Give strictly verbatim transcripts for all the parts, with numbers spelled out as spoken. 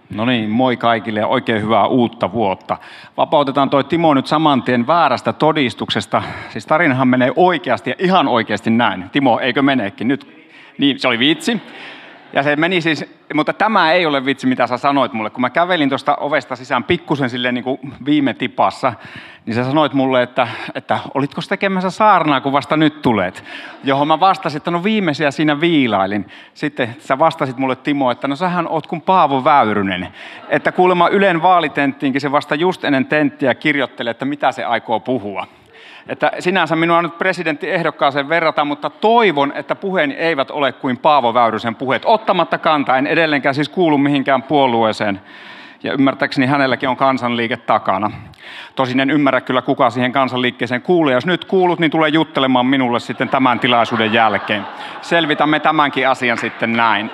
No niin, moi kaikille ja oikein hyvää uutta vuotta. Vapautetaan toi Timo nyt saman tien väärästä todistuksesta. Siis tarinahan menee oikeasti ja ihan oikeasti näin. Timo, eikö meneekin nyt? Niin, se oli vitsi. Ja se meni siis, mutta tämä ei ole vitsi, mitä sä sanoit mulle. Kun mä kävelin tuosta ovesta sisään pikkusen silleen niin kuin viime tipassa, niin sä sanoit mulle, että, että olitko tekemässä saarnaa, kun vasta nyt tulet? Johon mä vastasin, että no viimeisiä siinä viilailin. Sitten sä vastasit mulle, Timo, että no sähän oot kuin Paavo Väyrynen. Että kuulemma Ylen vaalitenttiinkin se vasta just ennen tenttiä kirjoittelee, että mitä se aikoo puhua. Että sinänsä minua nyt presidenttiehdokkaaseen verrataan, mutta toivon, että puheeni eivät ole kuin Paavo Väyrysen puheet. Ottamatta kantaa, en edelleenkään siis kuulu mihinkään puolueeseen. Ja ymmärtääkseni hänelläkin on kansanliike takana. Tosin en ymmärrä kyllä, kuka siihen kansanliikkeeseen kuuluu. Jos nyt kuulut, niin tulee juttelemaan minulle sitten tämän tilaisuuden jälkeen. Selvitämme tämänkin asian sitten näin.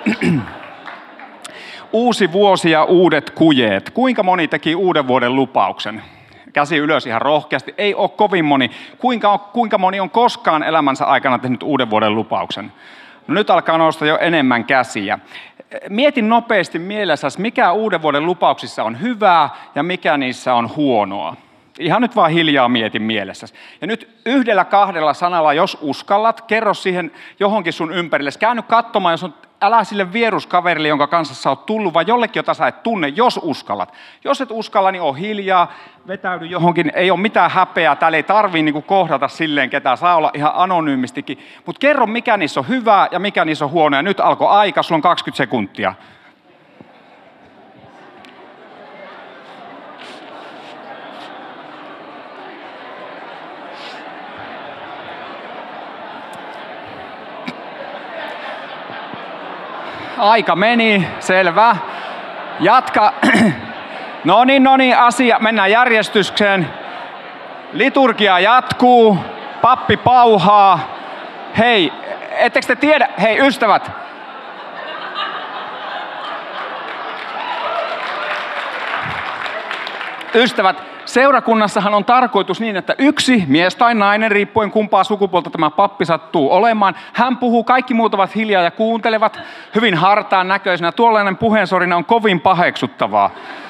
Uusi vuosi ja uudet kujeet. Kuinka moni teki uuden vuoden lupauksen? Käsi ylös ihan rohkeasti. Ei ole kovin moni. Kuinka, kuinka moni on koskaan elämänsä aikana tehnyt uuden vuoden lupauksen? No nyt alkaa nousta jo enemmän käsiä. Mietin nopeasti mielessäsi, mikä uuden vuoden lupauksissa on hyvää ja mikä niissä on huonoa. Ihan nyt vaan hiljaa mietin mielessäsi. Ja nyt yhdellä kahdella sanalla, jos uskallat, kerro siihen johonkin sun ympärille. Käy nyt katsomaan, jos on, älä sille vieruskaverille, jonka kanssa sä oot tullut, vaan jollekin, jota sä et tunne, jos uskallat. Jos et uskalla, niin on hiljaa, vetäydy johonkin, ei ole mitään häpeää, täällä ei tarvii niinku kohdata silleen ketään, saa olla ihan anonyymistikin. Mutta kerro, mikä niissä on hyvää ja mikä niissä on huonoa. Ja nyt alkoi aika, sulla on kaksikymmentä sekuntia. Aika meni, selvä. Jatka. No niin, no niin, asia. Mennään järjestykseen. Liturgia jatkuu. Pappi pauhaa. Hei, ettekö te tiedä? Hei, ystävät. Ystävät, seurakunnassahan on tarkoitus niin, että yksi mies tai nainen, riippuen kumpaa sukupuolta tämä pappi sattuu olemaan, hän puhuu, kaikki muut ovat hiljaa ja kuuntelevat hyvin hartaan näköisenä. Tuollainen puheensorina on kovin paheksuttavaa.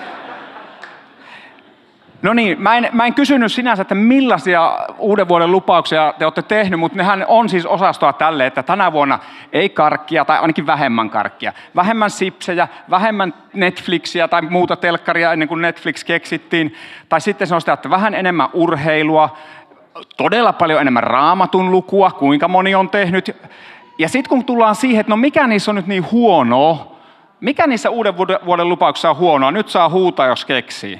No niin, mä en, mä en kysynyt sinänsä, että millaisia uuden vuoden lupauksia te olette tehnyt, mutta nehän on siis osastoa tälle, että tänä vuonna ei karkkia tai ainakin vähemmän karkkia. Vähemmän sipsejä, vähemmän Netflixiä tai muuta telkkaria ennen kuin Netflix keksittiin. Tai sitten se on sitä, että vähän enemmän urheilua, todella paljon enemmän raamatun lukua, kuinka moni on tehnyt. Ja sitten kun tullaan siihen, että no mikä niissä on nyt niin huonoa, mikä niissä uuden vuoden lupauksissa on huonoa, nyt saa huutaa, jos keksii.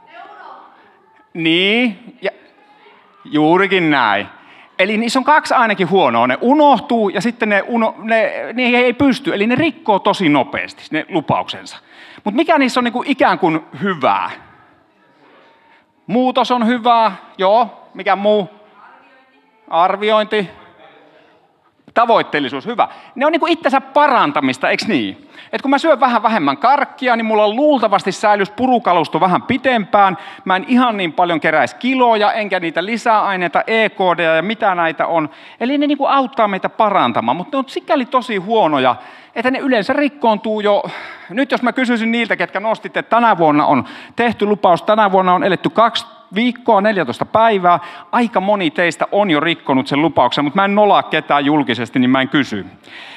Niin, ja juurikin näin. Eli niissä on kaksi ainakin huonoa. Ne unohtuu ja sitten ne, uno, ne, ne ei pysty. Eli ne rikkoo tosi nopeasti ne lupauksensa. Mutta mikä niissä on niinku ikään kuin hyvää? Muutos on hyvää. Joo, mikä muu? Arviointi. Arviointi. Tavoitteellisuus, hyvä. Ne on niinku itsensä parantamista, eikö niin? Et kun mä syön vähän vähemmän karkkia, niin mulla luultavasti säilyisi purukalusto vähän pitempään. Mä en ihan niin paljon keräisi kiloja, enkä niitä lisäaineita, E K D ja mitä näitä on. Eli ne niinku auttaa meitä parantamaan, mutta ne on sikäli tosi huonoja, että ne yleensä rikkoontuu jo. Nyt jos mä kysyisin niiltä, ketkä nostitte, että tänä vuonna on tehty lupaus, tänä vuonna on eletty kaksi viikkoa, neljätoista päivää. Aika moni teistä on jo rikkonut sen lupauksen, mutta mä en nolaa ketään julkisesti, niin mä en kysy.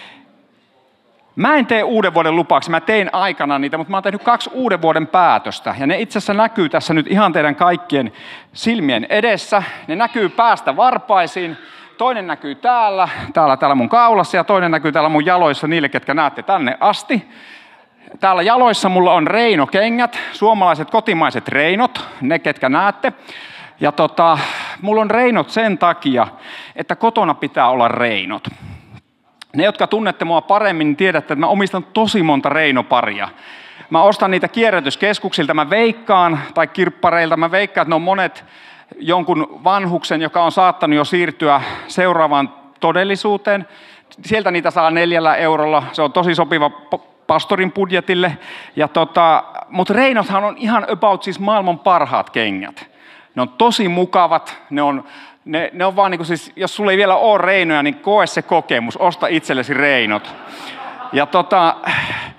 Mä en tee uuden vuoden lupauksia, mä tein aikana niitä, mutta mä oon tehnyt kaksi uuden vuoden päätöstä. Ja ne itse asiassa näkyy tässä nyt ihan teidän kaikkien silmien edessä. Ne näkyy päästä varpaisiin. Toinen näkyy täällä, täällä, täällä mun kaulassa ja toinen näkyy täällä mun jaloissa niille, ketkä näette tänne asti. Täällä jaloissa mulla on Reino-kengät, suomalaiset kotimaiset Reinot, ne ketkä näette. Ja tota, mulla on Reinot sen takia, että kotona pitää olla Reinot. Ne, jotka tunnette mua paremmin, niin tiedätte, että mä omistan tosi monta Reino-paria. Mä ostan niitä kierrätyskeskuksilta, mä veikkaan, tai kirppareilta, mä veikkaan, että ne on monet jonkun vanhuksen, joka on saattanut jo siirtyä seuraavaan todellisuuteen. Sieltä niitä saa neljällä eurolla, se on tosi sopiva pastorin budjetille. Ja tota, mutta Reinothan on ihan about siis maailman parhaat kengät. Ne on tosi mukavat, ne on, ne, ne on vaan niin kuin siis, jos sulla ei vielä ole Reinoja, niin koe se kokemus, osta itsellesi Reinot. Ja tota,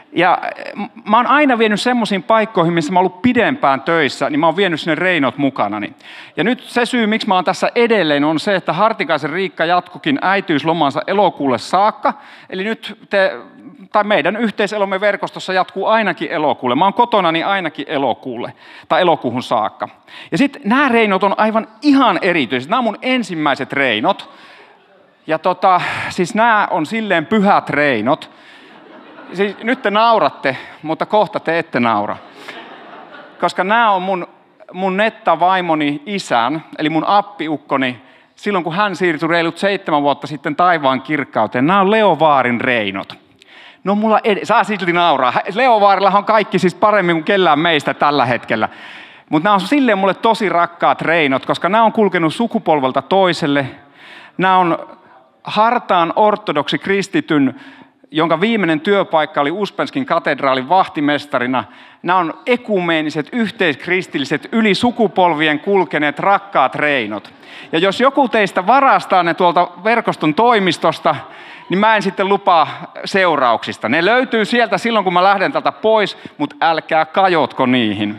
Ja mä oon aina vienyt semmoisiin paikkoihin, missä mä oon ollut pidempään töissä, niin mä oon vienyt sinne reinot mukanani. Ja nyt se syy, miksi mä oon tässä edelleen, on se, että Hartikaisen Riikka jatkokin äitiyslomansa elokuulle saakka. Eli nyt te, tai meidän yhteiselomme verkostossa jatkuu ainakin elokuulle. Mä oon kotonani ainakin elokuulle, tai elokuuhun saakka. Ja sitten nämä reinot on aivan ihan erityiset. Nämä on mun ensimmäiset reinot. Ja tota, siis nämä on silleen pyhät reinot. Siis nyt te nauratte, mutta kohta te ette naura. Koska nämä on mun, mun nettavaimoni isän, eli mun appiukkoni, silloin kun hän siirtyi reilut seitsemän vuotta sitten taivaan kirkkauteen. Nämä on Leo Vaarin reinot. No mulla ed- saa silti nauraa. Leo Vaarillahan on kaikki siis paremmin kuin kellään meistä tällä hetkellä. Mutta nämä on silleen mulle tosi rakkaat reinot, koska nämä on kulkenut sukupolvelta toiselle. Nämä on hartaan ortodoksi kristityn, jonka viimeinen työpaikka oli Uspenskin katedraalin vahtimestarina. Nämä on ekumeeniset, yhteiskristilliset, yli sukupolvien kulkeneet rakkaat reinot. Ja jos joku teistä varastaa ne tuolta verkoston toimistosta, niin mä en sitten lupaa seurauksista. Ne löytyy sieltä silloin, kun mä lähden tältä pois, mutta älkää kajotko niihin.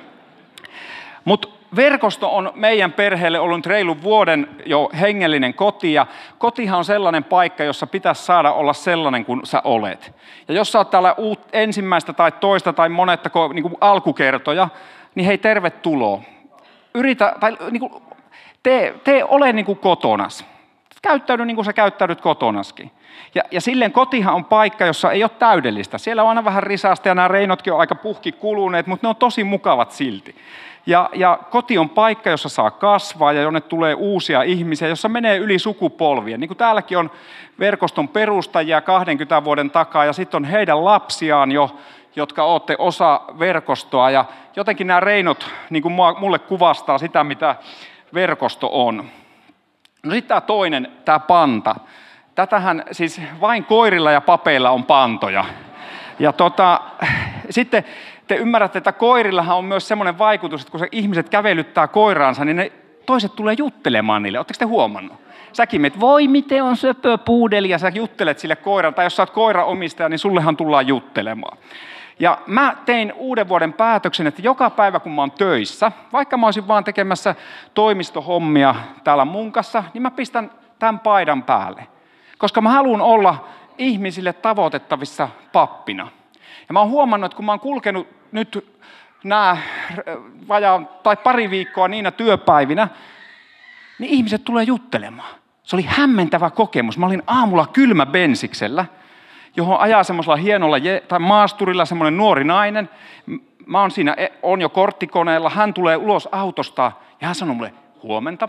Mutta verkosto on meidän perheelle ollut reilun vuoden jo hengellinen koti, ja kotihan on sellainen paikka, jossa pitäisi saada olla sellainen kuin sä olet. Ja jos sä oot täällä uut, ensimmäistä tai toista tai monettako niin kuin alkukertoja, niin hei, tervetuloa. Yritä, tai niin kuin, tee, tee ole niin kuin kotonas. Käyttäydy niin kuin sä käyttäydyt kotonaskin. Ja, ja silleen kotihan on paikka, jossa ei ole täydellistä. Siellä on aina vähän risasta ja nämä reinotkin on aika puhki kuluneet, mutta ne on tosi mukavat silti. Ja, ja koti on paikka, jossa saa kasvaa ja jonne tulee uusia ihmisiä, jossa menee yli sukupolvien. Niin kuin täälläkin on verkoston perustajia kahdenkymmenen vuoden takaa ja sitten on heidän lapsiaan jo, jotka olette osa verkostoa. Ja jotenkin nämä reinot niin kuin mulle kuvastaa sitä, mitä verkosto on. No sitten tämä toinen, tämä panta. Tätähän siis vain koirilla ja papeilla on pantoja. Ja tota, sitten te ymmärrätte, että koirillahan on myös semmoinen vaikutus, että kun se ihmiset kävelyttää koiraansa, niin ne toiset tulee juttelemaan niille. Oletteko te huomannut? Säkin meet, voi miten on söpö puudeli, ja sä juttelet sille koiran. Tai jos sä oot koiraomistaja, niin sullehan tullaan juttelemaan. Ja mä tein uuden vuoden päätöksen, että joka päivä kun mä oon töissä, vaikka mä olisin vaan tekemässä toimistohommia täällä Munkassa, niin mä pistän tämän paidan päälle. Koska mä haluan olla ihmisille tavoitettavissa pappina. Ja mä oon huomannut, että kun mä oon kulkenut nyt nämä vajaa tai pari viikkoa niinä työpäivinä, niin ihmiset tulee juttelemaan. Se oli hämmentävä kokemus. Mä olin aamulla kylmä bensiksellä, johon ajaa semmoisella hienolla je- tai maasturilla semmoinen nuori nainen. Mä oon siinä, on jo korttikoneella, hän tulee ulos autosta ja hän sanoo mulle, huomenta.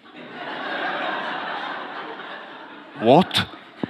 What?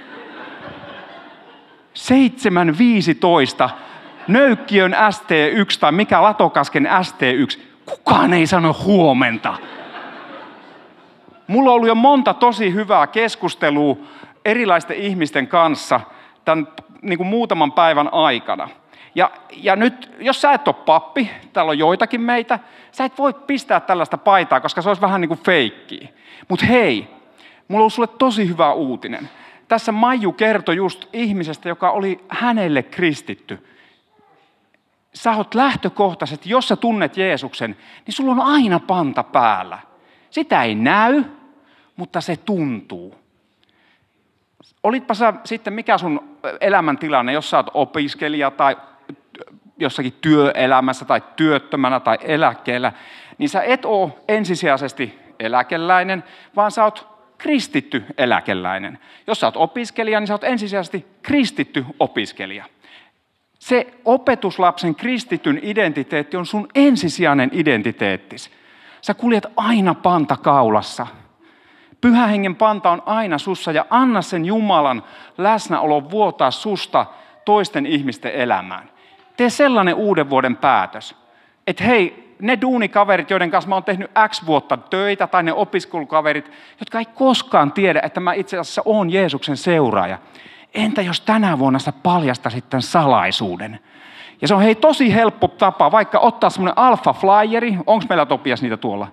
seitsemän viisitoista Nöykkiön S T yksi tai mikä Latokasken S T yksi. Kukaan ei sano huomenta. Mulla on ollut jo monta tosi hyvää keskustelua erilaisten ihmisten kanssa tämän niin kuin muutaman päivän aikana. Ja, ja nyt, jos sä et ole pappi, täällä on joitakin meitä, sä et voi pistää tällaista paitaa, koska se olisi vähän niin kuin feikkiä. Mutta hei, mulla on sulle tosi hyvä uutinen. Tässä Maiju kertoi just ihmisestä, joka oli hänelle kristitty. Sä oot lähtökohtaisesti, jos sä tunnet Jeesuksen, niin sulla on aina panta päällä. Sitä ei näy, mutta se tuntuu. Olitpa sä sitten mikä sun elämäntilanne, jos sä oot opiskelija tai jossakin työelämässä tai työttömänä tai eläkkeellä, niin sä et ole ensisijaisesti eläkeläinen, vaan sä oot kristitty eläkeläinen. Jos sä oot opiskelija, niin sä oot ensisijaisesti kristitty opiskelija. Se opetuslapsen kristityn identiteetti on sun ensisijainen identiteettis. Sä kuljet aina panta kaulassa. Pyhän hengen panta on aina sussa ja anna sen Jumalan läsnäolo vuotaa susta toisten ihmisten elämään. Tee sellainen uuden vuoden päätös, että hei, ne duunikaverit, joiden kanssa mä oon tehnyt X vuotta töitä, tai ne opiskelukaverit, jotka ei koskaan tiedä, että mä itse asiassa oon Jeesuksen seuraaja. Entä jos tänä vuonna sä paljastasit tämän salaisuuden? Ja se on hei tosi helppo tapa, vaikka ottaa semmoinen alfa-flyeri. Onko meillä Topias niitä tuolla?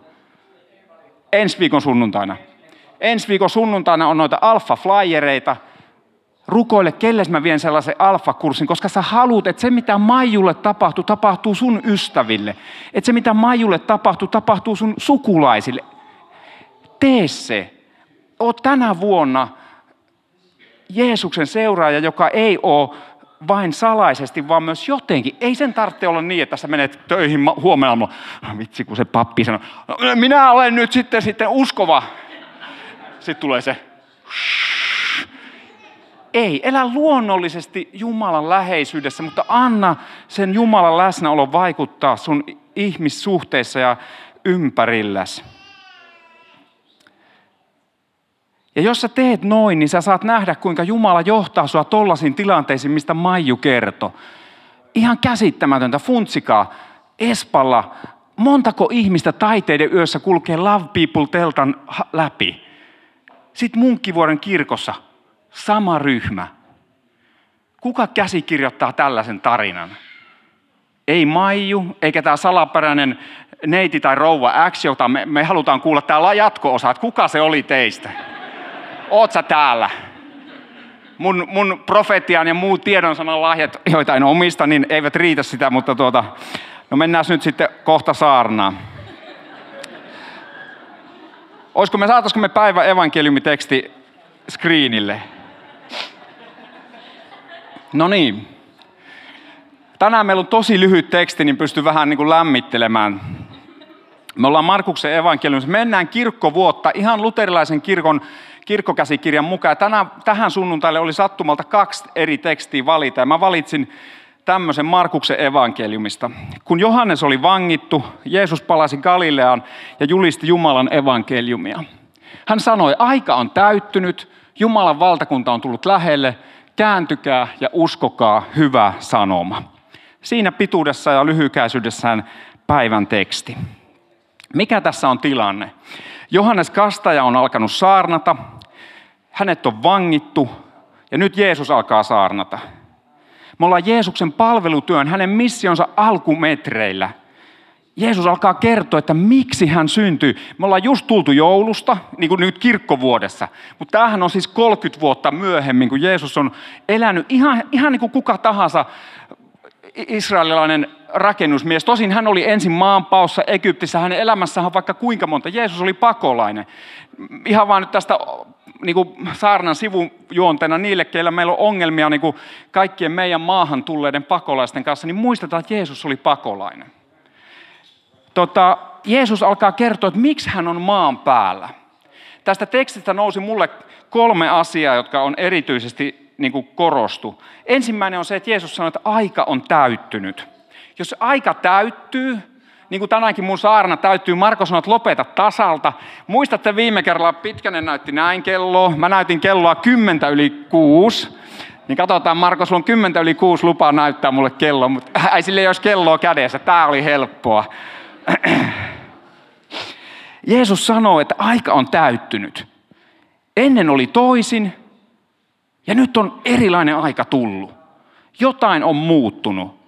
Ensi viikon sunnuntaina. Ensi viikon sunnuntaina on noita alfa-flyereita. Rukoile, kelle mä vien sellaisen alfakurssin, koska sä haluat, että se mitä Maijulle tapahtuu, tapahtuu sun ystäville. Että se mitä Maijulle tapahtuu, tapahtuu sun sukulaisille. Tee se. Oot tänä vuonna Jeesuksen seuraaja, joka ei ole vain salaisesti, vaan myös jotenkin. Ei sen tarvitse olla niin, että sä menet töihin huomenna. Vitsi, kun se pappi sanoo, minä olen nyt sitten, sitten uskova. Sitten tulee se. Ei, elä luonnollisesti Jumalan läheisyydessä, mutta anna sen Jumalan läsnäolon vaikuttaa sun ihmissuhteissa ja ympärilläsi. Ja jos sä teet noin, niin sä saat nähdä, kuinka Jumala johtaa sua tollaisiin tilanteisiin, mistä Maiju kertoi. Ihan käsittämätöntä. Funtsikaa. Espalla montako ihmistä taiteiden yössä kulkee Love People-teltan läpi. Sitten Munkkivuoren kirkossa sama ryhmä. Kuka käsikirjoittaa tällaisen tarinan? Ei Maiju, eikä tämä salaperäinen neiti tai rouva X, jota me, me halutaan kuulla täällä jatko-osa. Kuka se oli teistä? Oot sä täällä? Mun, mun profetian ja muut tiedonsanan lahjat, joita en omista, niin eivät riitä sitä, mutta tuota, no mennään nyt sitten kohta saarnaan. Olisiko me, saataisiko me päivän evankeliumiteksti screenille? No niin. Tänään meillä on tosi lyhyt teksti, niin pystyy vähän niin kuin lämmittelemään. Me ollaan Markuksen evankeliumissa. Mennään kirkkovuotta ihan luterilaisen kirkon kirkkokäsikirjan mukaan. Tänään, tähän sunnuntaille oli sattumalta kaksi eri tekstiä valita. Ja mä valitsin tämmöisen Markuksen evankeliumista. Kun Johannes oli vangittu, Jeesus palasi Galileaan ja julisti Jumalan evankeliumia. Hän sanoi, aika on täyttynyt, Jumalan valtakunta on tullut lähelle, kääntykää ja uskokaa hyvä sanoma. Siinä pituudessa ja lyhykäisyydessään päivän teksti. Mikä tässä on tilanne? Johannes Kastaja on alkanut saarnata, hänet on vangittu ja nyt Jeesus alkaa saarnata. Me ollaan Jeesuksen palvelutyön, hänen missionsa alkumetreillä. Jeesus alkaa kertoa, että miksi hän syntyi. Me ollaan just tultu joulusta, niin kuin nyt kirkkovuodessa, mutta tämähän on siis kolmekymmentä vuotta myöhemmin, kun Jeesus on elänyt ihan, ihan niin kuin kuka tahansa israelilainen rakennusmies. Tosin hän oli ensin maanpaossa Egyptissä, hänen elämässään on vaikka kuinka monta. Jeesus oli pakolainen. Ihan vaan nyt tästä niin kuin saarnan sivujuonteena niille, keillä meillä on ongelmia niin kuin kaikkien meidän maahan tulleiden pakolaisten kanssa, niin muistetaan, että Jeesus oli pakolainen. Tota, Jeesus alkaa kertoa, että miksi hän on maan päällä. Tästä tekstistä nousi mulle kolme asiaa, jotka on erityisesti niin kuin korostu. Ensimmäinen on se, että Jeesus sanoi, että aika on täyttynyt. Jos aika täyttyy, niin kuin tänäänkin mun saarna täyttyy, Marko sanoi, että lopeta tasalta. Muistatte viime kerralla Pitkänen näytti näin kelloa. Mä näytin kelloa kymmentä yli kuusi. Niin katsotaan, Marko, sulla on kymmentä yli kuusi lupaa näyttää mulle kello, mutta ei sille ei olisi kelloa kädessä. Tää oli helppoa. Jeesus sanoo, että aika on täyttynyt. Ennen oli toisin ja nyt on erilainen aika tullut. Jotain on muuttunut.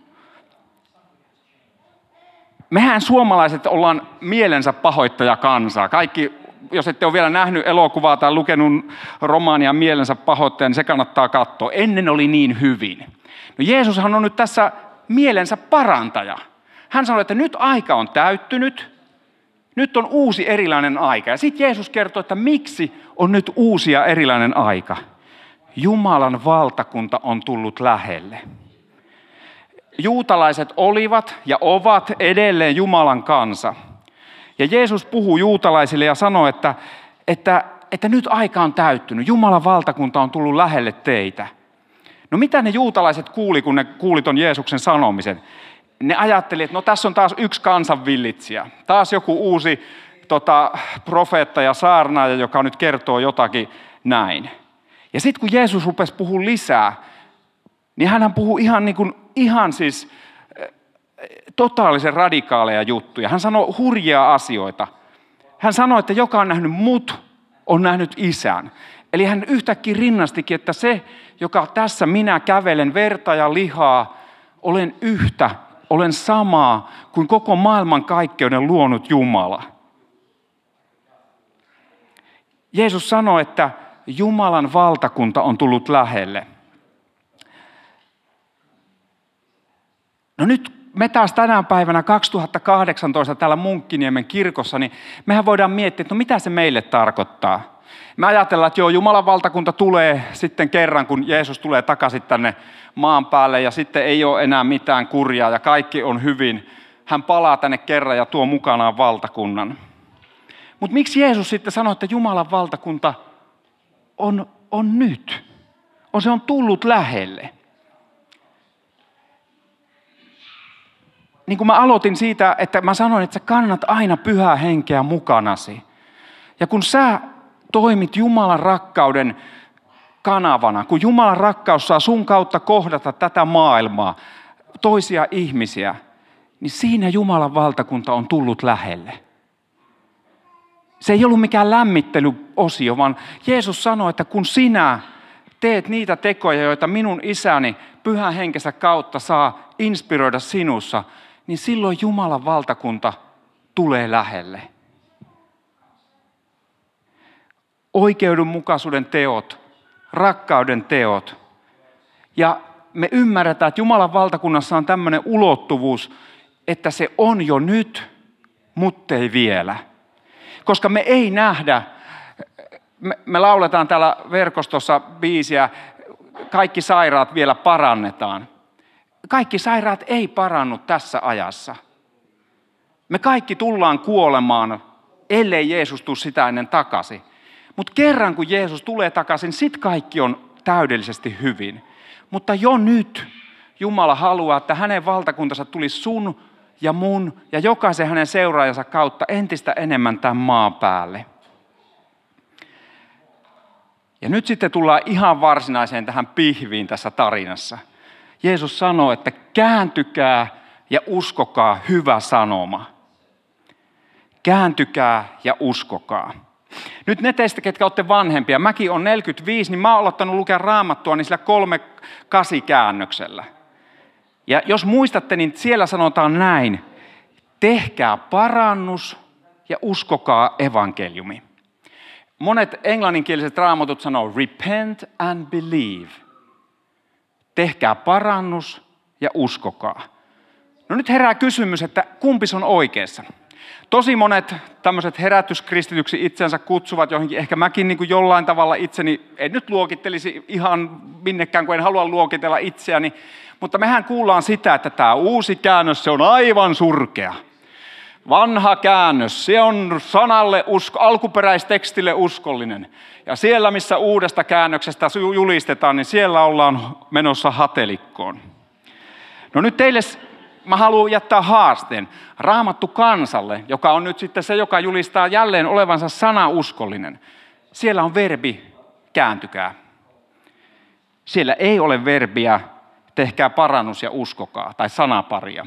Mehän suomalaiset ollaan mielensä pahoittaja kansaa. Kaikki, jos ette ole vielä nähnyt elokuvaa tai lukenut romaania Mielensä pahoittaja, niin se kannattaa katsoa. Ennen oli niin hyvin. No Jeesushan on nyt tässä mielensä parantaja. Hän sanoi, että nyt aika on täyttynyt, nyt on uusi erilainen aika. Ja sitten Jeesus kertoo, että miksi on nyt uusi ja erilainen aika. Jumalan valtakunta on tullut lähelle. Juutalaiset olivat ja ovat edelleen Jumalan kansa. Ja Jeesus puhuu juutalaisille ja sanoo, että, että, että nyt aika on täyttynyt. Jumalan valtakunta on tullut lähelle teitä. No mitä ne juutalaiset kuuli, kun ne kuuli ton Jeesuksen sanomisen? Ne ajatteli, että no tässä on taas yksi kansanvillitsijä. Taas joku uusi tota, profeetta ja saarnaaja, joka nyt kertoo jotakin näin. Ja sitten kun Jeesus rupesi puhumaan lisää, niin hän puhuu ihan, niin kuin, ihan siis totaalisen radikaaleja juttuja. Hän sanoi hurjia asioita. Hän sanoi, että joka on nähnyt mut, on nähnyt isän. Eli hän yhtäkkiä rinnastikin, että se, joka tässä minä kävelen verta ja lihaa, olen yhtä, olen samaa kuin koko maailman kaikkeuden luonut Jumala. Jeesus sanoi, että Jumalan valtakunta on tullut lähelle. No nyt me taas tänä päivänä kaksituhattakahdeksantoista täällä Munkkiniemen kirkossa, niin mehän voidaan miettiä, että no mitä se meille tarkoittaa. Me ajatellaan, että joo, Jumalan valtakunta tulee sitten kerran, kun Jeesus tulee takaisin tänne maan päälle ja sitten ei ole enää mitään kurjaa ja kaikki on hyvin. Hän palaa tänne kerran ja tuo mukanaan valtakunnan. Mutta miksi Jeesus sitten sanoi, että Jumalan valtakunta on, on nyt? On, se on tullut lähelle. Niin kuin mä aloitin siitä, että mä sanoin, että sä kannat aina pyhää henkeä mukanasi. Ja kun sä toimit Jumalan rakkauden kanavana, kun Jumalan rakkaus saa sun kautta kohdata tätä maailmaa, toisia ihmisiä, niin siinä Jumalan valtakunta on tullut lähelle. Se ei ollut mikään lämmittelyosio, vaan Jeesus sanoi, että kun sinä teet niitä tekoja, joita minun isäni pyhän henkensä kautta saa inspiroida sinussa, niin silloin Jumalan valtakunta tulee lähelle. Oikeudenmukaisuuden teot, rakkauden teot. Ja me ymmärretään, että Jumalan valtakunnassa on tämmöinen ulottuvuus, että se on jo nyt, mutta ei vielä. Koska me ei nähdä, me, me lauletaan täällä verkostossa biisiä, kaikki sairaat vielä parannetaan. Kaikki sairaat ei parannu tässä ajassa. Me kaikki tullaan kuolemaan, ellei Jeesus tule sitä ennen takaisin. Mutta kerran kun Jeesus tulee takaisin, sit kaikki on täydellisesti hyvin. Mutta jo nyt Jumala haluaa, että hänen valtakuntansa tulisi sun ja mun ja jokaisen hänen seuraajansa kautta entistä enemmän tämän maan päälle. Ja nyt sitten tullaan ihan varsinaiseen tähän pihviin tässä tarinassa. Jeesus sanoo, että kääntykää ja uskokaa hyvä sanoma. Kääntykää ja uskokaa. Nyt ne teistä, ketkä olette vanhempia, mäkin olen neljäkymmentäviisi, niin mä oon aloittanut lukea Raamattua niin sillä kolme kasi käännöksellä. Ja jos muistatte, niin siellä sanotaan näin, tehkää parannus ja uskokaa evankeliumi. Monet englanninkieliset raamatut sanoo repent and believe. Tehkää parannus ja uskokaa. No nyt herää kysymys, että kumpi on oikeassa? Tosi monet tämmöiset herätyskristityksi itsensä kutsuvat johonkin, ehkä mäkin niin kuin jollain tavalla itseni, en nyt luokittelisi ihan minnekään, kun en halua luokitella itseäni, mutta mehän kuullaan sitä, että tämä uusi käännös, se on aivan surkea. Vanha käännös, se on sanalle, usko, alkuperäistekstille uskollinen. Ja siellä, missä uudesta käännöksestä julistetaan, niin siellä ollaan menossa hatelikkoon. No nyt teille mä haluan jättää haasteen. Raamattu kansalle, joka on nyt sitten se, joka julistaa jälleen olevansa sanauskollinen. Siellä on verbi kääntykää. Siellä ei ole verbiä tehkää parannus ja uskokaa tai sanaparia.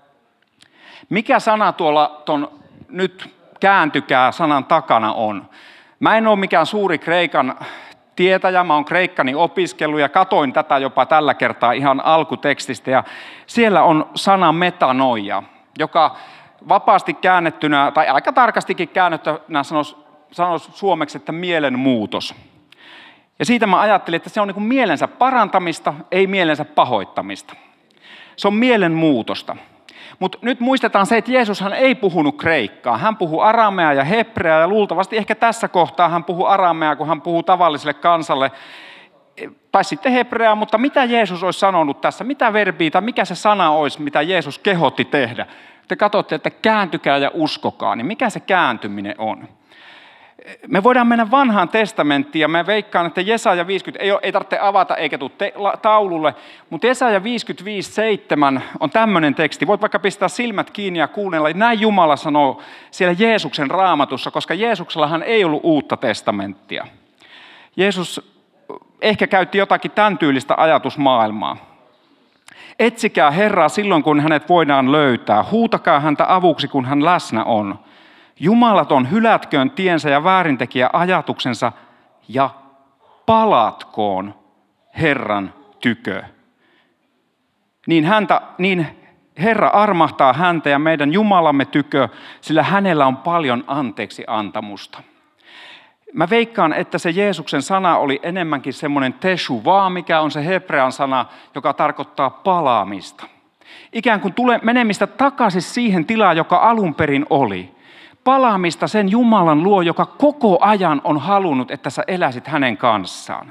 Mikä sana tuolla ton nyt kääntykää sanan takana on? Mä en ole mikään suuri kreikan tietäjä, mä oon kreikkani opiskellut ja katoin tätä jopa tällä kertaa ihan alkutekstistä. Ja siellä on sana metanoia, joka vapaasti käännettynä tai aika tarkastikin käännettynä sanoisi, sanoisi suomeksi, että mielenmuutos. Ja siitä mä ajattelin, että se on niin kuin mielensä parantamista, ei mielensä pahoittamista. Se on mielenmuutosta. Mutta nyt muistetaan se, että Jeesushan ei puhunut kreikkaa. Hän puhui arameaa ja hebreaa ja luultavasti ehkä tässä kohtaa hän puhui arameaa, kun hän puhuu tavalliselle kansalle. Tai sitten hebreaa, mutta mitä Jeesus olisi sanonut tässä? Mitä verbiä tai mikä se sana olisi, mitä Jeesus kehotti tehdä? Te katsotte, että kääntykää ja uskokaa, niin mikä se kääntyminen on? Me voidaan mennä vanhaan testamenttiin ja mä veikkaan, että Jesaja viisikymmentä, ei, ole, ei tarvitse avata eikä tule te, la, taululle, mutta Jesaja viisikymmentäviisi seitsemän on tämmöinen teksti. Voit vaikka pistää silmät kiinni ja kuunnella, että näin Jumala sanoo siellä Jeesuksen raamatussa, koska Jeesuksellahan ei ollut uutta testamenttia. Jeesus ehkä käytti jotakin tämän tyylistä ajatusmaailmaa. Etsikää Herraa silloin, kun hänet voidaan löytää. Huutakaa häntä avuksi, kun hän läsnä on. Jumalaton hylätköön tiensä ja väärintekijä ajatuksensa ja palatkoon Herran tykö. Niin, häntä, niin Herra armahtaa häntä ja meidän Jumalamme tykö, sillä hänellä on paljon anteeksi antamusta. Mä veikkaan, että se Jeesuksen sana oli enemmänkin semmoinen teshuvah, mikä on se hebrean sana, joka tarkoittaa palaamista. Ikään kuin tule, menemistä takaisin siihen tilaan, joka alun perin oli. Palaamista sen Jumalan luo, joka koko ajan on halunnut, että sä eläisit hänen kanssaan.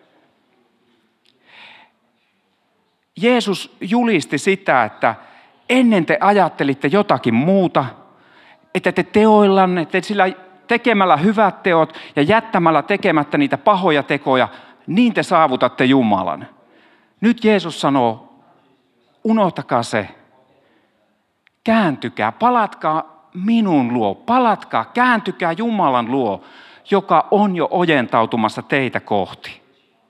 Jeesus julisti sitä, että ennen te ajattelitte jotakin muuta, että te teoillanne, te sillä tekemällä hyvät teot ja jättämällä tekemättä niitä pahoja tekoja, niin te saavutatte Jumalan. Nyt Jeesus sanoo, unohtakaa se, kääntykää, palatkaa minun luo, palatkaa, kääntykää Jumalan luo, joka on jo ojentautumassa teitä kohti.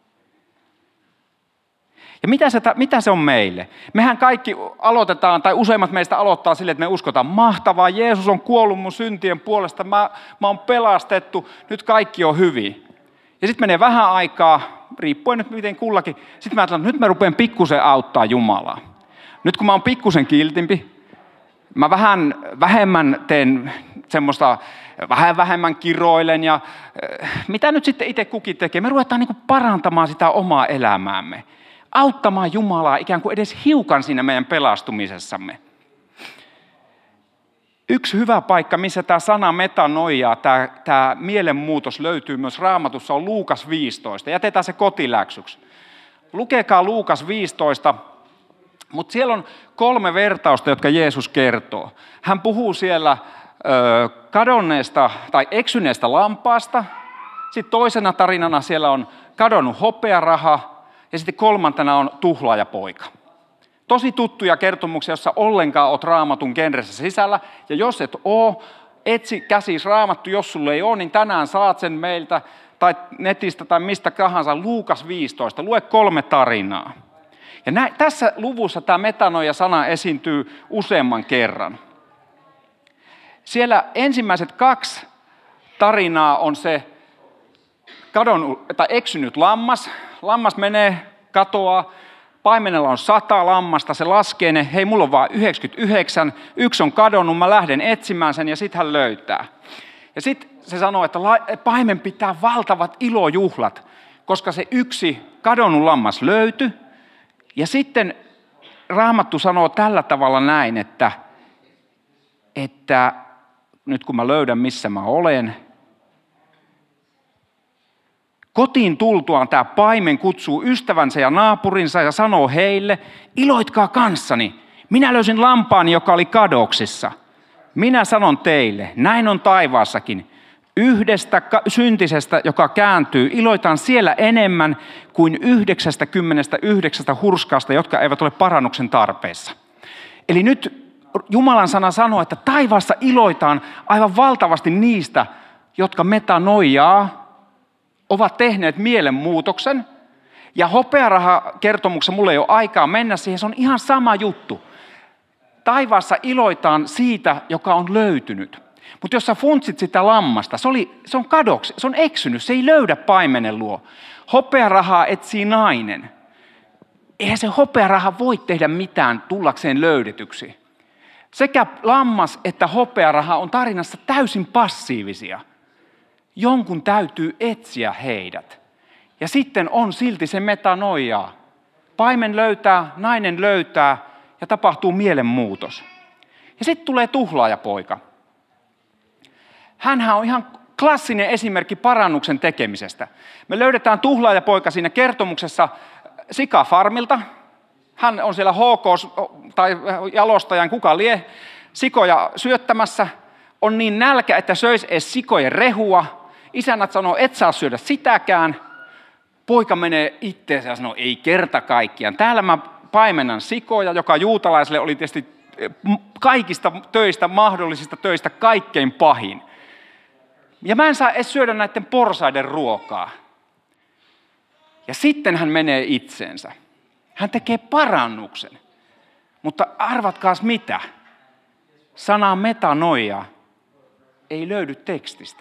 Ja mitä se, mitä se on meille? Mehän kaikki aloitetaan, tai useimmat meistä aloittaa sille, että me uskotaan, mahtavaa, Jeesus on kuollut mun syntien puolesta, mä, mä oon pelastettu, nyt kaikki on hyvin. Ja sitten menee vähän aikaa, riippuen nyt miten kullakin, sitten mä ajattelen, että nyt mä rupean pikkusen auttaa Jumalaa. Nyt kun mä oon pikkusen kiltimpi, mä vähän vähemmän teen semmoista, vähän vähemmän kiroilen ja mitä nyt sitten itse kukin tekee, me ruvetaan niin kuin parantamaan sitä omaa elämäämme. Auttamaan Jumalaa ikään kuin edes hiukan siinä meidän pelastumisessamme. Yksi hyvä paikka, missä tämä sana metanoia, tämä, tämä mielenmuutos löytyy myös Raamatussa, on Luukas viisitoista. Jätetään se kotiläksyksi. Lukekaa Luukas viisitoista, mutta siellä on kolme vertausta, jotka Jeesus kertoo. Hän puhuu siellä ö, kadonneesta tai eksyneestä lampaasta. Sitten toisena tarinana siellä on kadonnut hopearaha. Ja sitten kolmantena on tuhlaajapoika. Tosi tuttuja kertomuksia, jossa ollenkaan olet Raamatun genressä sisällä. Ja jos et ole, etsi käsis Raamattu, jos sulle ei ole, niin tänään saat sen meiltä tai netistä tai mistä tahansa. Luukas viisitoista, lue kolme tarinaa. Ja nä- tässä luvussa tämä metanoia-sana esiintyy useamman kerran. Siellä ensimmäiset kaksi tarinaa on se kadonnut, tai eksynyt lammas. Lammas menee, katoaa, paimenella on sata lammasta, se laskee ne, hei mulla on vaan yhdeksänkymmentäyhdeksän, yksi on kadonnut, mä lähden etsimään sen ja sitten hän löytää. Ja sitten se sanoo, että paimen pitää valtavat ilojuhlat, koska se yksi kadonnut lammas löytyi. Ja sitten Raamattu sanoo tällä tavalla näin, että, että nyt kun mä löydän missä mä olen, kotiin tultuaan tämä paimen kutsuu ystävänsä ja naapurinsa ja sanoo heille, iloitkaa kanssani, minä löysin lampaani, joka oli kadoksissa. Minä sanon teille, näin on taivaassakin, yhdestä syntisestä, joka kääntyy, iloitaan siellä enemmän kuin yhdeksänkymmentäyhdeksän hurskaasta, jotka eivät ole parannuksen tarpeessa. Eli nyt Jumalan sana sanoo, että taivaassa iloitaan aivan valtavasti niistä, jotka metanoiaa, ovat tehneet mielenmuutoksen. Ja hopearaha-kertomuksessa mulla ei ole aikaa mennä siihen, se on ihan sama juttu. Taivaassa iloitaan siitä, joka on löytynyt. Mutta jos sä funtsit sitä lammasta, se, oli, se on kadoksi, se on eksynyt, se ei löydä paimenen luo. Hopearahaa etsii nainen. Eihän se hopearaha voi tehdä mitään tullakseen löydetyksi. Sekä lammas että hopearaha on tarinassa täysin passiivisia. Jonkun täytyy etsiä heidät. Ja sitten on silti se metanoia. Paimen löytää, nainen löytää ja tapahtuu mielenmuutos. Ja sitten tulee tuhlaajapoika. Hänhän on ihan klassinen esimerkki parannuksen tekemisestä. Me löydetään tuhlaajapoika siinä kertomuksessa sikafarmilta. Hän on siellä H K tai jalostajan kuka lie sikoja syöttämässä. On niin nälkä, että söisi edes sikojen rehua. Isännät sanoo, et saa syödä sitäkään. Poika menee itteensä ja sanoo, ei kerta kaikkiaan. Täällä mä paimennan sikoja, joka juutalaiselle oli tietysti kaikista töistä, mahdollisista töistä kaikkein pahin. Ja mä en saa edes syödä näiden porsaiden ruokaa. Ja sitten hän menee itseensä. Hän tekee parannuksen. Mutta arvatkaas mitä? Sana metanoia ei löydy tekstistä.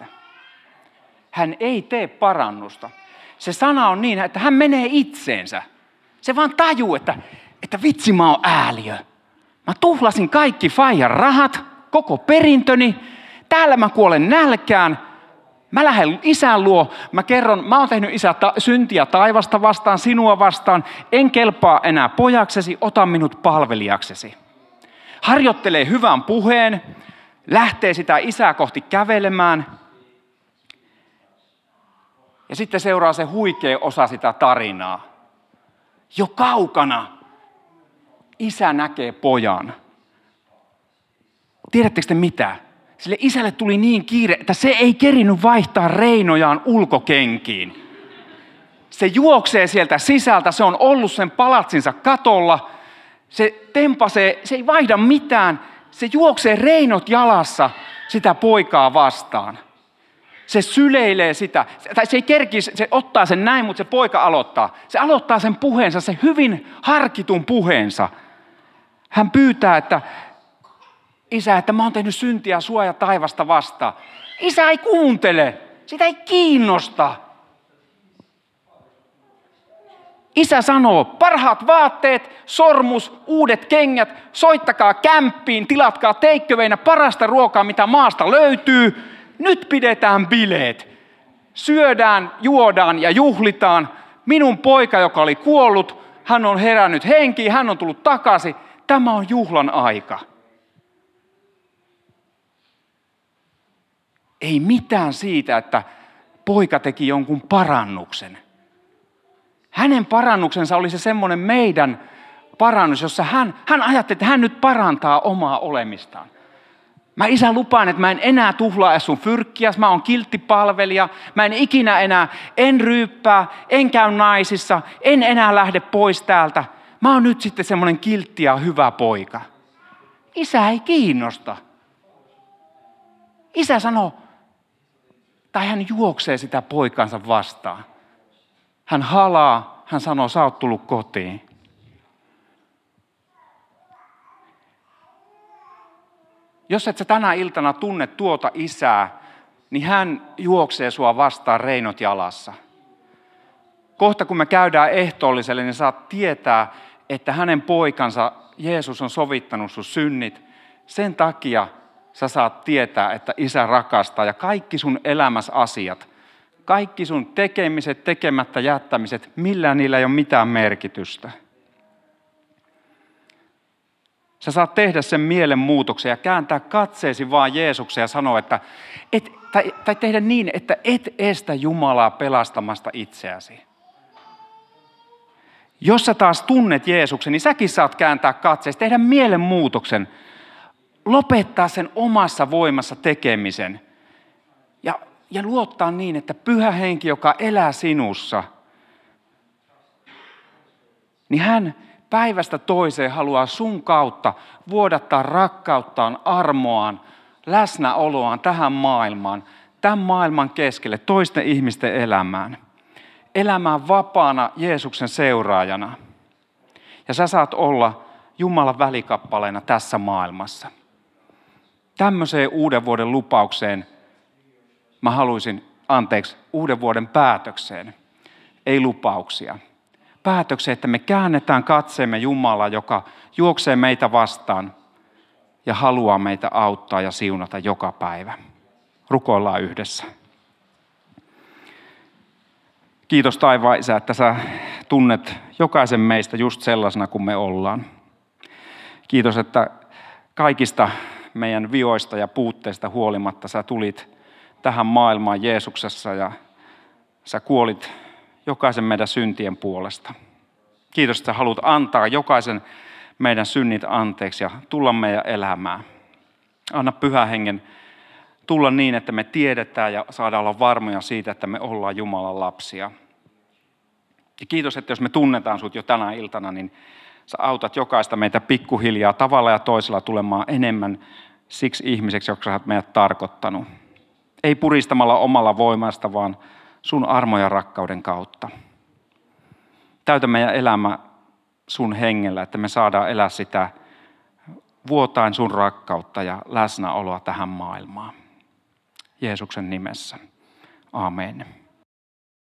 Hän ei tee parannusta. Se sana on niin, että hän menee itseensä. Se vaan tajuu, että, että vitsi mä oon ääliö. Mä tuhlasin kaikki faijan rahat, koko perintöni. Täällä mä kuolen nälkään. Mä lähden isän luo, mä kerron, mä oon tehnyt isä ta- syntiä taivasta vastaan, sinua vastaan, en kelpaa enää pojaksesi, ota minut palvelijaksesi. Harjoittelee hyvän puheen, lähtee sitä isää kohti kävelemään. Ja sitten seuraa se huikea osa sitä tarinaa. Jo kaukana isä näkee pojan. Tiedättekö te mitä? Sille isälle tuli niin kiire, että se ei kerinyt vaihtaa reinojaan ulkokenkiin. Se juoksee sieltä sisältä, se on ollut sen palatsinsa katolla. Se tempasee, se ei vaihda mitään. Se juoksee reinot jalassa sitä poikaa vastaan. Se syleilee sitä, tai se ei kerkisi, se ottaa sen näin, mutta se poika aloittaa. Se aloittaa sen puheensa, se hyvin harkitun puheensa. Hän pyytää, että isä, että mä oon tehnyt syntiä sua ja taivasta vastaan. Isä ei kuuntele, sitä ei kiinnosta. Isä sanoo, parhaat vaatteet, sormus, uudet kengät, soittakaa kämppiin, tilatkaa teikköveinä parasta ruokaa, mitä maasta löytyy. Nyt pidetään bileet. Syödään, juodaan ja juhlitaan. Minun poika, joka oli kuollut, hän on herännyt henkiin, hän on tullut takaisin. Tämä on juhlan aika. Ei mitään siitä, että poika teki jonkun parannuksen. Hänen parannuksensa oli se semmoinen meidän parannus, jossa hän, hän ajatteli, että hän nyt parantaa omaa olemistaan. Mä isä lupaan, että mä en enää tuhlaa sun fyrkkiäs, mä oon kilttipalvelija, mä en ikinä enää, en ryyppää, en käy naisissa, en enää lähde pois täältä. Mä oon nyt sitten semmoinen kiltti ja hyvä poika. Isä ei kiinnosta. Isä sanoo, tai hän juoksee sitä poikansa vastaan. Hän halaa, hän sanoo, sä oot tullut kotiin. Jos et sä tänä iltana tunne tuota isää, niin hän juoksee sua vastaan reinot jalassa. Kohta kun me käydään ehtoolliselle, niin saat tietää, että hänen poikansa Jeesus on sovittanut sun synnit. Sen takia sä saat tietää, että isä rakastaa ja kaikki sun elämässä asiat, kaikki sun tekemiset, tekemättä jättämiset, millään niillä ei ole mitään merkitystä. Sä saat tehdä sen mielenmuutoksen ja kääntää katseesi vaan Jeesukseen ja sanoa, että et, tai, tai tehdä niin, että et estä Jumalaa pelastamasta itseäsi. Jos sä taas tunnet Jeesuksen, niin säkin saat kääntää katseesi, tehdä mielenmuutoksen, lopettaa sen omassa voimassa tekemisen ja, ja luottaa niin, että Pyhä Henki, joka elää sinussa, niin hän päivästä toiseen haluaa sun kautta vuodattaa rakkauttaan, armoaan, läsnäoloaan tähän maailmaan, tämän maailman keskelle, toisten ihmisten elämään. Elämään vapaana Jeesuksen seuraajana. Ja sä saat olla Jumalan välikappaleena tässä maailmassa. Tämmöiseen uuden vuoden lupaukseen mä haluaisin, anteeksi, uuden vuoden päätökseen, ei lupauksia. Päätökseen, että me käännetään katseemme Jumalaa, joka juoksee meitä vastaan ja haluaa meitä auttaa ja siunata joka päivä. Rukoillaan yhdessä. Kiitos taivaan Isä, että sä tunnet jokaisen meistä just sellaisena kuin me ollaan. Kiitos, että kaikista meidän vioista ja puutteista huolimatta sä tulit tähän maailmaan Jeesuksessa ja sä kuolit jokaisen meidän syntien puolesta. Kiitos, että haluat antaa jokaisen meidän synnit anteeksi ja tulla meidän elämään. Anna Pyhän Hengen tulla niin, että me tiedetään ja saadaan olla varmoja siitä, että me ollaan Jumalan lapsia. Ja kiitos, että jos me tunnetaan sut jo tänä iltana, niin sä autat jokaista meitä pikkuhiljaa tavalla ja toisella tulemaan enemmän siksi ihmiseksi, joka sä oot meidät tarkoittanut. Ei puristamalla omalla voimasta, vaan sun armo ja rakkauden kautta. Täytä meidän elämä sun hengellä, että me saadaan elää sitä vuotain sun rakkautta ja läsnäoloa tähän maailmaan. Jeesuksen nimessä. Amen.